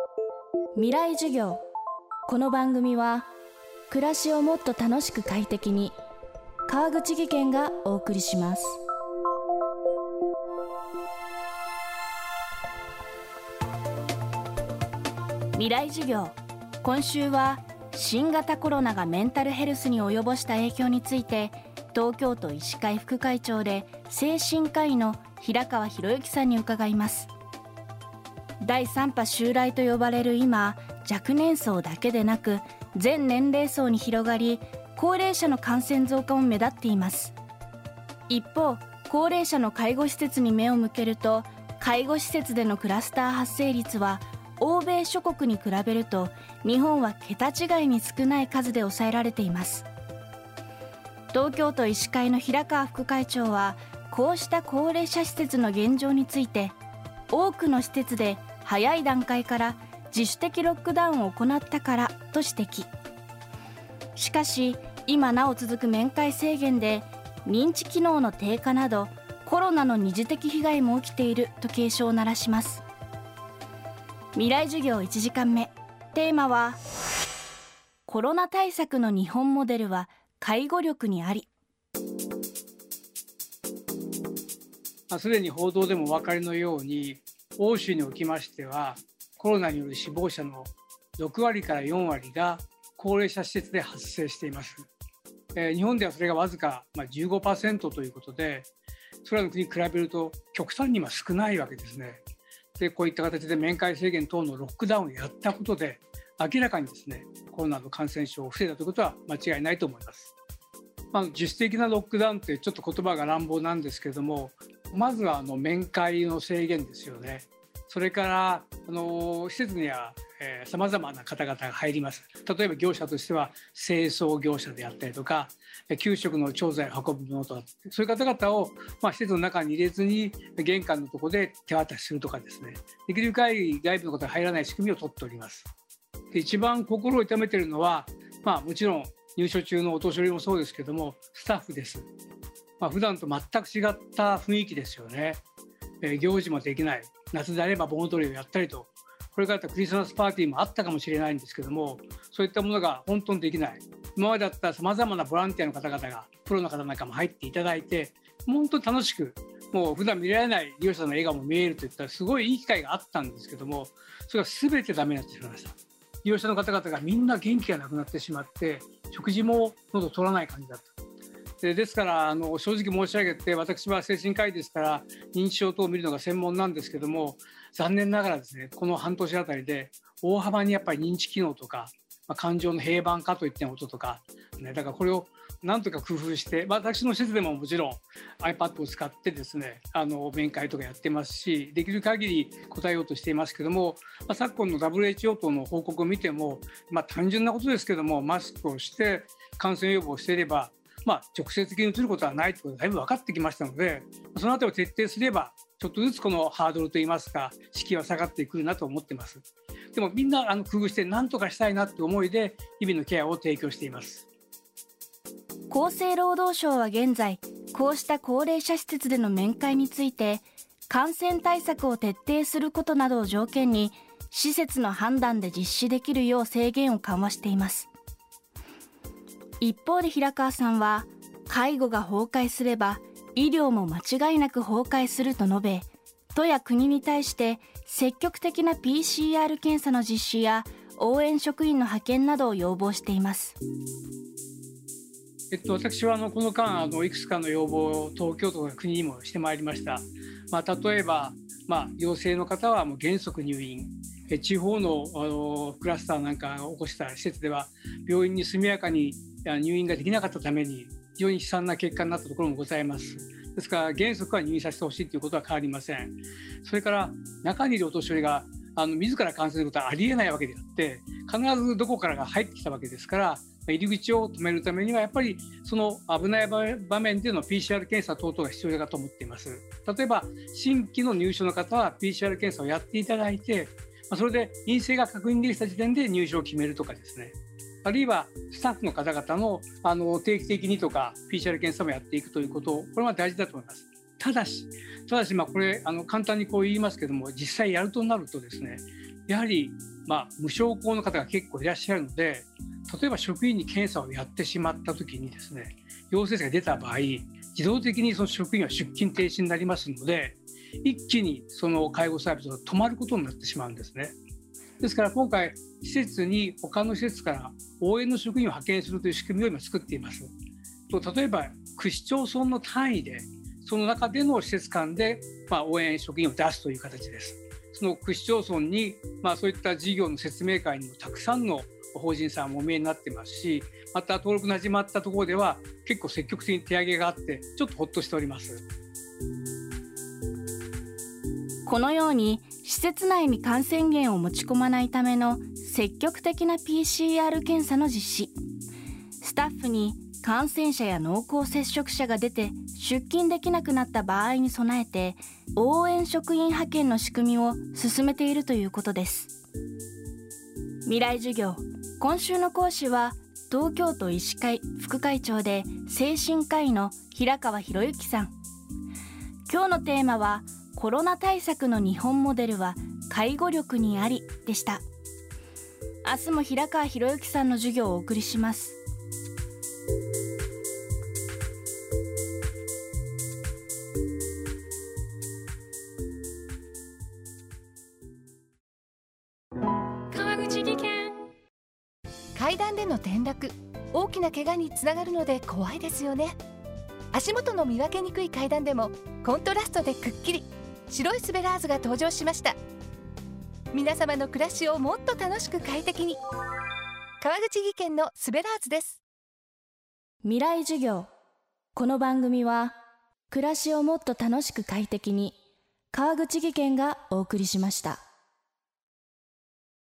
未来授業。この番組は暮らしをもっと楽しく快適に、川口義賢がお送りします。未来授業。今週は新型コロナがメンタルヘルスに及ぼした影響について、東京都医師会副会長で精神科医の平川博之さんに伺います。第3波襲来と呼ばれる今、若年層だけでなく全年齢層に広がり、高齢者の感染増加も目立っています。一方、高齢者の介護施設に目を向けると、介護施設でのクラスター発生率は欧米諸国に比べると日本は桁違いに少ない数で抑えられています。東京都医師会の平川副会長は、こうした高齢者施設の現状について、多くの施設で早い段階から自主的ロックダウンを行ったからと指摘。しかし今なお続く面会制限で認知機能の低下などコロナの二次的被害も起きていると警鐘を鳴らします。未来授業1時間目、テーマはコロナ対策の日本モデルは介護力にあり。 すでに報道でもお分かりのように、欧州におきましてはコロナによる死亡者の6割から4割が高齢者施設で発生しています。日本ではそれがわずか 15% ということで、それらの国に比べると極端に少ないわけですね。で、こういった形で面会制限等のロックダウンをやったことで、明らかにですね、コロナの感染症を防いだということは間違いないと思います。自主的なロックダウンってちょっと言葉が乱暴なんですけれども、まずは面会の制限ですよね。それから施設にはさまざまな方々が入ります。例えば業者としては清掃業者であったりとか、給食の調剤を運ぶものとか、そういう方々を施設の中に入れずに玄関のところで手渡しするとかですね、できる限り外部の方が入らない仕組みを取っております。で、一番心を痛めているのは、もちろん入所中のお年寄りもそうですけども、スタッフです。普段と全く違った雰囲気ですよね。行事もできない、夏であれば盆踊りをやったりと、これからクリスマスパーティーもあったかもしれないんですけども、そういったものが本当にできない。今までだったらさまざまなボランティアの方々が、プロの方なんかも入っていただいて、本当に楽しく、もう普段見られない利用者の笑顔も見えるといったすごいいい機会があったんですけども、それが全てダメになってしまいました。利用者の方々がみんな元気がなくなってしまって、食事も喉取らない感じだった。ですから正直申し上げて、私は精神科医ですから認知症等を見るのが専門なんですけども、残念ながらですね、この半年あたりで大幅にやっぱり認知機能とか、感情の平板化といったこととか、だからこれをなんとか工夫して、私の施設でももちろん iPad を使ってですね、面会とかやってますし、できる限り答えようとしていますけども、昨今の WHO 等の報告を見ても、単純なことですけども、マスクをして感染予防をしていれば直接的に移ることはないということがだいぶ分かってきましたので、そのあたりを徹底すればちょっとずつこのハードルといいますか、敷居は下がってくるなと思っています。でもみんな工夫して何とかしたいなという思いで日々のケアを提供しています。 厚生労働省は現在、こうした高齢者施設での面会について、感染対策を徹底することなどを条件に施設の判断で実施できるよう制限を緩和しています。一方で平川さんは、介護が崩壊すれば医療も間違いなく崩壊すると述べ、都や国に対して積極的な PCR 検査の実施や応援職員の派遣などを要望しています。 私はこの間いくつかの要望を東京都や国にもしてまいりました。例えば、陽性の方はもう原則入院、地方のクラスターなんかを起こした施設では病院に速やかに入院ができなかったために非常に悲惨な結果になったところもございます。ですから原則は入院させてほしいということは変わりません。それから中にいるお年寄りが自ら感染することはありえないわけであって、必ずどこからが入ってきたわけですから、入り口を止めるためにはやっぱりその危ない場面での PCR 検査等々が必要だと思っています。例えば新規の入所の方は PCR 検査をやっていただいて、それで陰性が確認できた時点で入所を決めるとかですね、あるいはスタッフの方々の定期的にとか PCR 検査もやっていくということ、これは大事だと思います。ただしこれ簡単にこう言いますけども、実際やるとなるとですね、 やはり無症候の方が結構いらっしゃるので、例えば職員に検査をやってしまった時にですね、陽性者が出た場合、自動的にその職員は出勤停止になりますので、一気にその介護サービスが止まることになってしまうんですね。ですから今回、施設に他の施設から応援の職員を派遣するという仕組みを今作っています。例えば区市町村の単位で、その中での施設間で応援職員を出すという形です。その区市町村にそういった事業の説明会にもたくさんの法人さんもお見えになってますし、また登録の始まったところでは結構積極的に手上げがあって、ちょっとほっとしております。 このように施設内に感染源を持ち込まないための積極的な PCR 検査の実施、スタッフに感染者や濃厚接触者が出て出勤できなくなった場合に備えて応援職員派遣の仕組みを進めているということです。未来授業、今週の講師は東京都医師会副会長で精神科医の平川博之さん。今日のテーマはコロナ対策の日本モデルは介護力にありでした。明日も平川博之さんの授業をお送りします。 川口技研。階段での転落、大きな怪我につながるので怖いですよね。足元の見分けにくい階段でもコントラストでくっきり白いスベラーズが登場しました。皆様の暮らしをもっと楽しく快適に、川口技研のスベラーズです。 未来授業、この番組は暮らしをもっと楽しく快適に、川口技研がお送りしました。